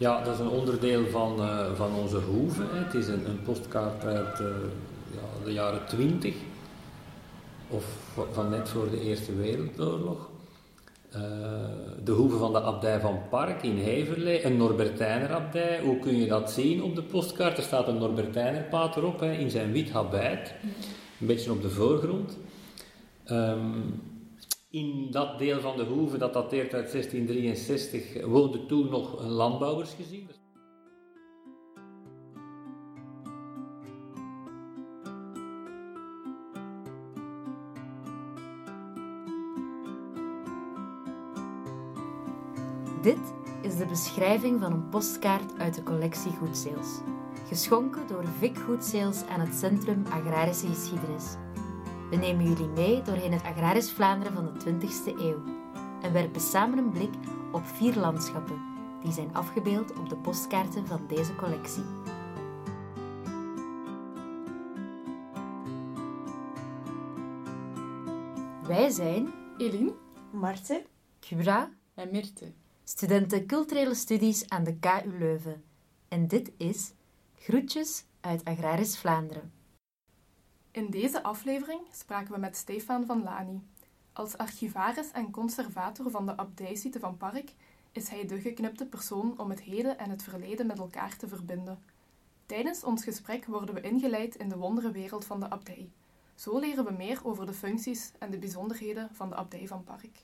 Ja, dat is een onderdeel van onze hoeve. Hè. Het is een postkaart uit de jaren 20, of van net voor de Eerste Wereldoorlog. De hoeve van de abdij van Park in Heverlee, een Norbertijnerabdij. Hoe kun je dat zien op de postkaart? Er staat een Norbertijnerpater op, hè, in zijn wit habit, een beetje op de voorgrond. In dat deel van de hoeve, dat dateert uit 1663, woonde toen nog een landbouwersgezin. Dit is de beschrijving van een postkaart uit de collectie Goedseels. Geschonken door Vic Goedseels aan het Centrum Agrarische Geschiedenis. We nemen jullie mee doorheen het agrarisch Vlaanderen van de 20e eeuw en werpen samen een blik op 4 landschappen die zijn afgebeeld op de postkaarten van deze collectie. Wij zijn Eline, Marten, Cura en Mirte. Studenten culturele studies aan de KU Leuven. En dit is Groetjes uit Agrarisch Vlaanderen. In deze aflevering spraken we met Stefan van Lani. Als archivaris en conservator van de abdijsite van Park is hij de geknipte persoon om het heden en het verleden met elkaar te verbinden. Tijdens ons gesprek worden we ingeleid in de wonderenwereld van de abdij. Zo leren we meer over de functies en de bijzonderheden van de abdij van Park.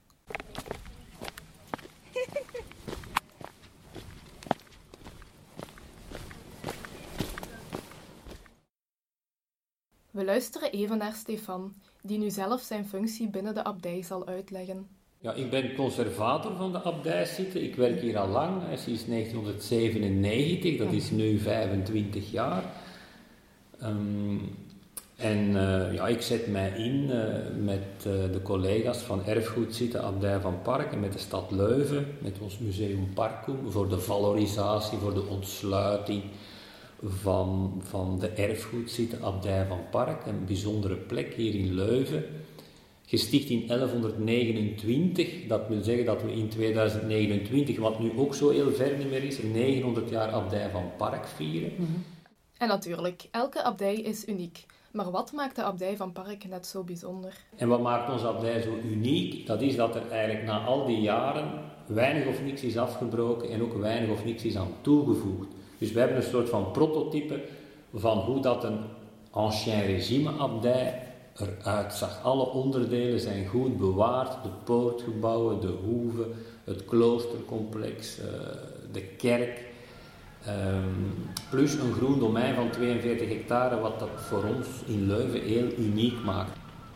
We luisteren even naar Stefan, die nu zelf zijn functie binnen de abdij zal uitleggen. Ja, ik ben conservator van de abdijsite. Ik werk hier al lang, sinds 1997, dat is nu 25 jaar. Ik zet mij in met de collega's van Erfgoedzite Abdij van Park en met de stad Leuven, met ons museum Parkum, voor de valorisatie, voor de ontsluiting van de Erfgoedzite Abdij van Park, een bijzondere plek hier in Leuven. Gesticht in 1129, dat wil zeggen dat we in 2029, wat nu ook zo heel ver niet meer is, 900 jaar Abdij van Park vieren. Mm-hmm. En natuurlijk, elke abdij is uniek. Maar wat maakt de abdij van Park net zo bijzonder? En wat maakt onze abdij zo uniek? Dat is dat er eigenlijk na al die jaren weinig of niks is afgebroken en ook weinig of niks is aan toegevoegd. Dus we hebben een soort van prototype van hoe dat een ancien regime abdij eruit zag. Alle onderdelen zijn goed bewaard, de poortgebouwen, de hoeve, het kloostercomplex, de kerk. Plus een groen domein van 42 hectare, wat dat voor ons in Leuven heel uniek maakt.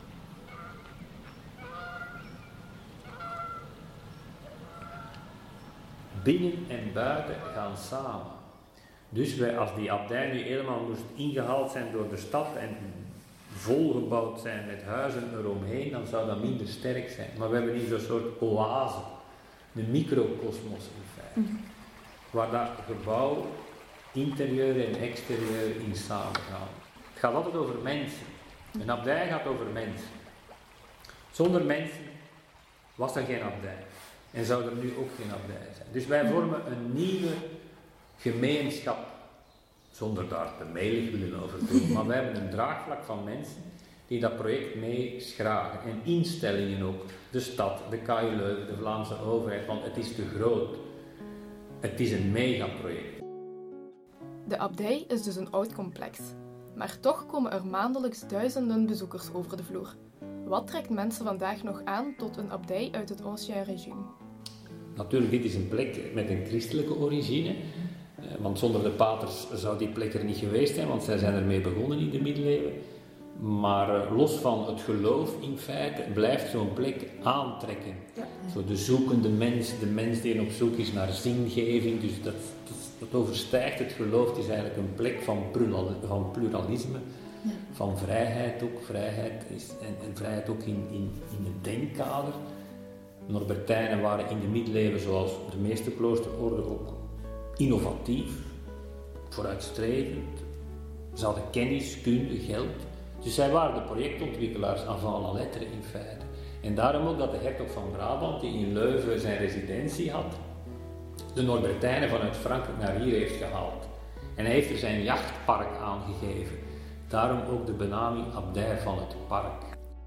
Binnen en buiten gaan samen. Dus als die abdij nu helemaal moest ingehaald zijn door de stad en volgebouwd zijn met huizen eromheen, dan zou dat minder sterk zijn. Maar we hebben hier zo'n soort oase, een microcosmos in feite. Waar dat gebouw, interieur en exterieur in samengaan. Het gaat altijd over mensen. Een abdij gaat over mensen. Zonder mensen was er geen abdij. En zou er nu ook geen abdij zijn. Dus wij vormen een nieuwe gemeenschap. Zonder daar te melig willen over doen. Maar wij hebben een draagvlak van mensen die dat project mee schragen. En instellingen ook. De stad, de KU Leuven, de Vlaamse overheid. Want het is te groot. Het is een megaproject. De abdij is dus een oud complex. Maar toch komen er maandelijks duizenden bezoekers over de vloer. Wat trekt mensen vandaag nog aan tot een abdij uit het Ancien Regime? Natuurlijk, dit is een plek met een christelijke origine. Want zonder de paters zou die plek er niet geweest zijn, want zij zijn ermee begonnen in de middeleeuwen. Maar los van het geloof in feite blijft zo'n plek aantrekken. Ja. Zo de zoekende mens, de mens die op zoek is naar zingeving, dus dat overstijgt het geloof. Het is eigenlijk een plek van pluralisme, ja. Van vrijheid ook. Vrijheid is, en vrijheid ook in het denkkader. Norbertijnen waren in de middeleeuwen, zoals de meeste kloosterorden, ook innovatief, vooruitstrevend. Ze hadden kennis, kunde, geld. Dus zij waren de projectontwikkelaars avant la lettre in feite. En daarom ook dat de hertog van Brabant, die in Leuven zijn residentie had, de Norbertijnen vanuit Frankrijk naar hier heeft gehaald. En hij heeft er zijn jachtpark aangegeven. Daarom ook de benaming Abdij van het Park.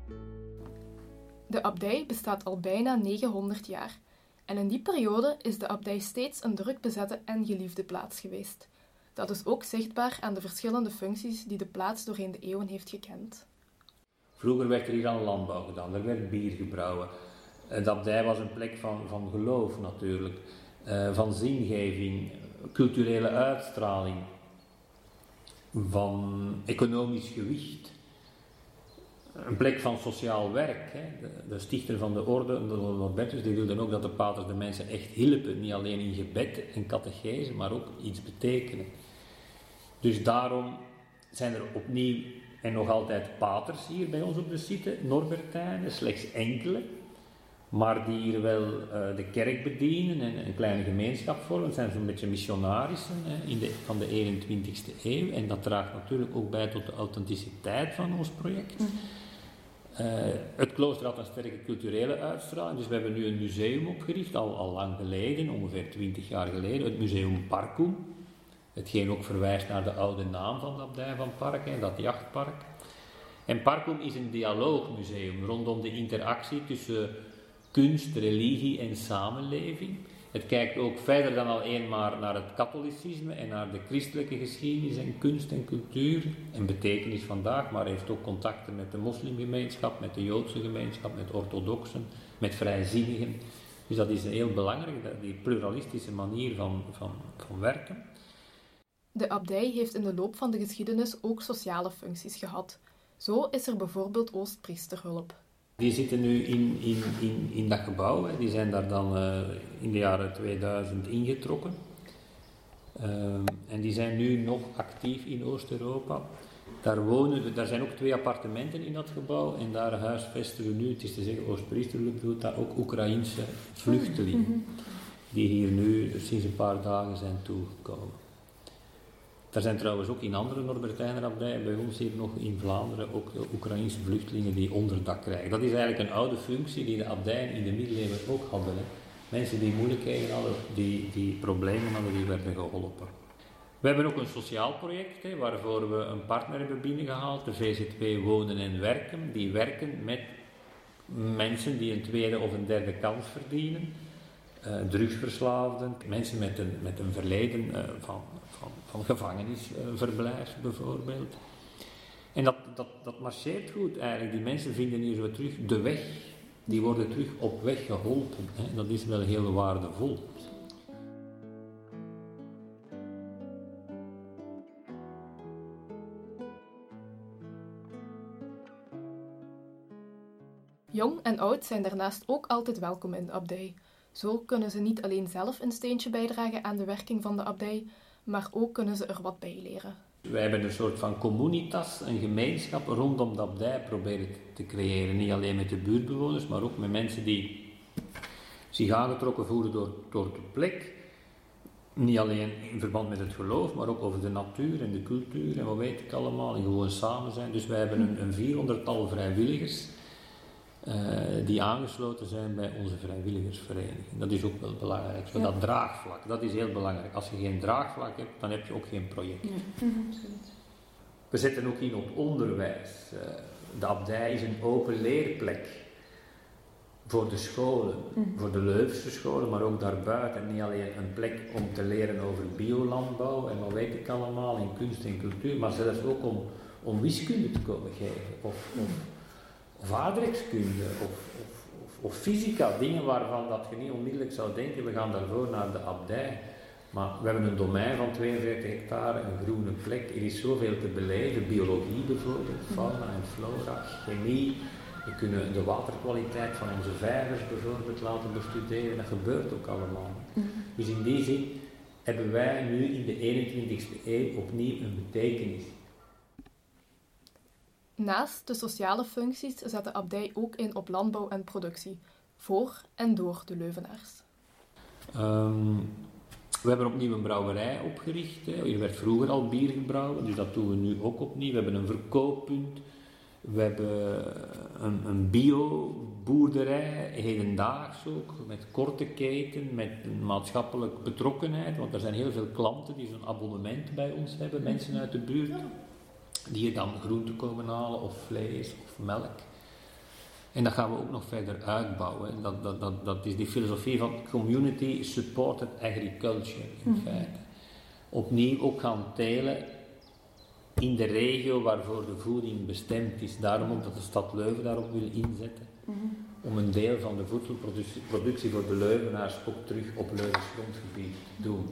De abdij bestaat al bijna 900 jaar. En in die periode is de abdij steeds een druk bezette en geliefde plaats geweest. Dat is ook zichtbaar aan de verschillende functies die de plaats doorheen de eeuwen heeft gekend. Vroeger werd er hier aan landbouw gedaan, er werd bier gebrouwen. De abdij was een plek van geloof natuurlijk, van zingeving, culturele uitstraling, van economisch gewicht. Een plek van sociaal werk. Hè. De stichter van de orde, de Norbertus, die wilden ook dat de paters de mensen echt hielpen. Niet alleen in gebed en catechese, maar ook iets betekenen. Dus daarom zijn er opnieuw en nog altijd paters hier bij ons op de site, Norbertijnen, slechts enkele. Maar die hier wel de kerk bedienen en een kleine gemeenschap vormen. Het zijn zo'n beetje missionarissen van de 21ste eeuw. En dat draagt natuurlijk ook bij tot de authenticiteit van ons project. Het klooster had een sterke culturele uitstraling, dus we hebben nu een museum opgericht, al lang geleden, ongeveer 20 jaar geleden, het Museum Parkum. Hetgeen ook verwijst naar de oude naam van de abdij van Park, dat jachtpark. En Parkum is een dialoogmuseum rondom de interactie tussen kunst, religie en samenleving. Het kijkt ook verder dan alleen maar naar het katholicisme en naar de christelijke geschiedenis en kunst en cultuur en betekenis vandaag, maar heeft ook contacten met de moslimgemeenschap, met de Joodse gemeenschap, met orthodoxen, met vrijzinnigen. Dus dat is heel belangrijk, die pluralistische manier van werken. De abdij heeft in de loop van de geschiedenis ook sociale functies gehad. Zo is er bijvoorbeeld oostpriesterhulp. Die zitten nu in dat gebouw, hè. Die zijn daar dan in de jaren 2000 ingetrokken. En die zijn nu nog actief in Oost-Europa. Daar zijn ook 2 appartementen in dat gebouw en daar huisvesten we nu, het is te zeggen Oostpriesterlijk doet dat ook Oekraïense vluchtelingen, die hier nu sinds een paar dagen zijn toegekomen. Er zijn trouwens ook in andere Norbertijnerabdijen, bij ons hier nog in Vlaanderen, ook Oekraïense vluchtelingen die onderdak krijgen. Dat is eigenlijk een oude functie die de abdijen in de middeleeuwen ook hadden. Hè. Mensen die moeilijkheden hadden, die problemen hadden, die werden geholpen. We hebben ook een sociaal project, hè, waarvoor we een partner hebben binnengehaald, de VZW Wonen en Werken. Die werken met mensen die een tweede of een derde kans verdienen. Drugsverslaafden, mensen met een verleden van gevangenisverblijf bijvoorbeeld. En dat marcheert goed eigenlijk. Die mensen vinden hier zo terug de weg. Die worden terug op weg geholpen. Hè. Dat is wel heel waardevol. Jong en oud zijn daarnaast ook altijd welkom in de abdij. Zo kunnen ze niet alleen zelf een steentje bijdragen aan de werking van de abdij, maar ook kunnen ze er wat bij leren. Wij hebben een soort van communitas, een gemeenschap rondom de abdij proberen te creëren. Niet alleen met de buurtbewoners, maar ook met mensen die zich aangetrokken voelen door de plek. Niet alleen in verband met het geloof, maar ook over de natuur en de cultuur en wat weet ik allemaal. En gewoon samen zijn. Dus wij hebben een 400-tal vrijwilligers die aangesloten zijn bij onze vrijwilligersvereniging. Dat is ook wel belangrijk. Zo dat draagvlak, dat is heel belangrijk. Als je geen draagvlak hebt, dan heb je ook geen project. We zetten ook in op onderwijs. De abdij is een open leerplek voor de scholen, voor de Leuvense scholen, maar ook daarbuiten. Niet alleen een plek om te leren over biolandbouw en wat weet ik allemaal, in kunst en cultuur, maar zelfs ook om wiskunde te komen geven. Of aardrijkskunde, of fysica, dingen waarvan dat je niet onmiddellijk zou denken, we gaan daarvoor naar de abdij. Maar we hebben een domein van 42 hectare, een groene plek, er is zoveel te beleven, biologie bijvoorbeeld, fauna en flora, chemie. We kunnen de waterkwaliteit van onze vijvers bijvoorbeeld laten bestuderen, dat gebeurt ook allemaal. Dus in die zin hebben wij nu in de 21ste eeuw opnieuw een betekenis. Naast de sociale functies zet de abdij ook in op landbouw en productie, voor en door de Leuvenaars. We hebben opnieuw een brouwerij opgericht. Hier werd vroeger al bier gebrouwen, dus dat doen we nu ook opnieuw. We hebben een verkooppunt. We hebben een boerderij, hedendaags ook, met korte keten, met een maatschappelijk betrokkenheid, want er zijn heel veel klanten die zo'n abonnement bij ons hebben, mensen uit de buurt, die hier dan groenten komen halen, of vlees, of melk. En dat gaan we ook nog verder uitbouwen. En dat is die filosofie van community supported agriculture, in feite. Opnieuw ook gaan telen in de regio waarvoor de voeding bestemd is. Daarom ook dat de stad Leuven daarop wil inzetten. Om een deel van de voedselproductie voor de Leuvenaars ook terug op Leuvens grondgebied te doen.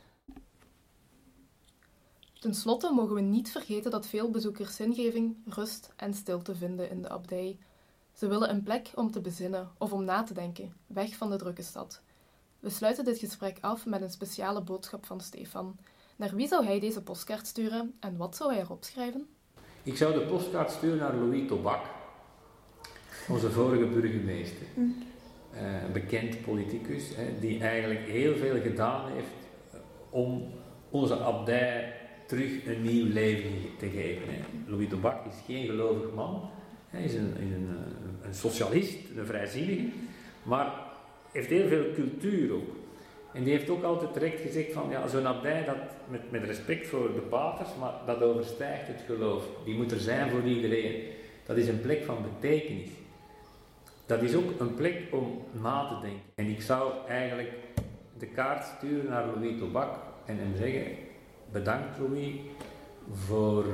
Ten slotte mogen we niet vergeten dat veel bezoekers zingeving, rust en stilte vinden in de abdij. Ze willen een plek om te bezinnen of om na te denken, weg van de drukke stad. We sluiten dit gesprek af met een speciale boodschap van Stefan. Naar wie zou hij deze postkaart sturen en wat zou hij erop schrijven? Ik zou de postkaart sturen naar Louis Tobak, onze vorige burgemeester. Een bekend politicus, die eigenlijk heel veel gedaan heeft om onze abdij terug een nieuw leven te geven. Louis Tobak is geen gelovig man. Hij is een socialist, een vrijzinnige, maar heeft heel veel cultuur ook. En die heeft ook altijd direct gezegd van, ja, zo'n abdij, dat, met respect voor de paters, maar dat overstijgt het geloof. Die moet er zijn voor iedereen. Dat is een plek van betekenis. Dat is ook een plek om na te denken. En ik zou eigenlijk de kaart sturen naar Louis Tobak en hem zeggen, bedankt Louis voor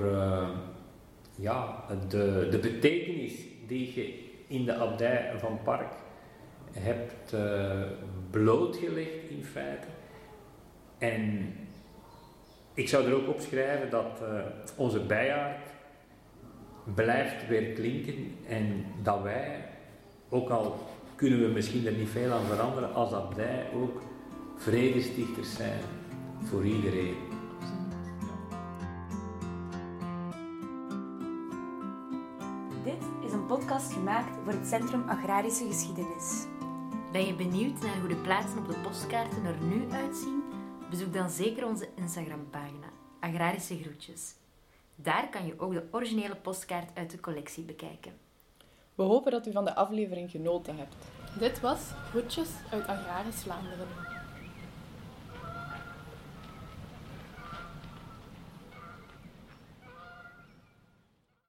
de betekenis die je in de abdij van Park hebt blootgelegd in feite. En ik zou er ook op schrijven dat onze bijaard blijft weer klinken en dat wij, ook al kunnen we misschien er niet veel aan veranderen, als abdij ook vredestichters zijn voor iedereen. Dit is een podcast gemaakt voor het Centrum Agrarische Geschiedenis. Ben je benieuwd naar hoe de plaatsen op de postkaarten er nu uitzien? Bezoek dan zeker onze Instagram-pagina, Agrarische Groetjes. Daar kan je ook de originele postkaart uit de collectie bekijken. We hopen dat u van de aflevering genoten hebt. Dit was Groetjes uit Agrarisch Vlaanderen.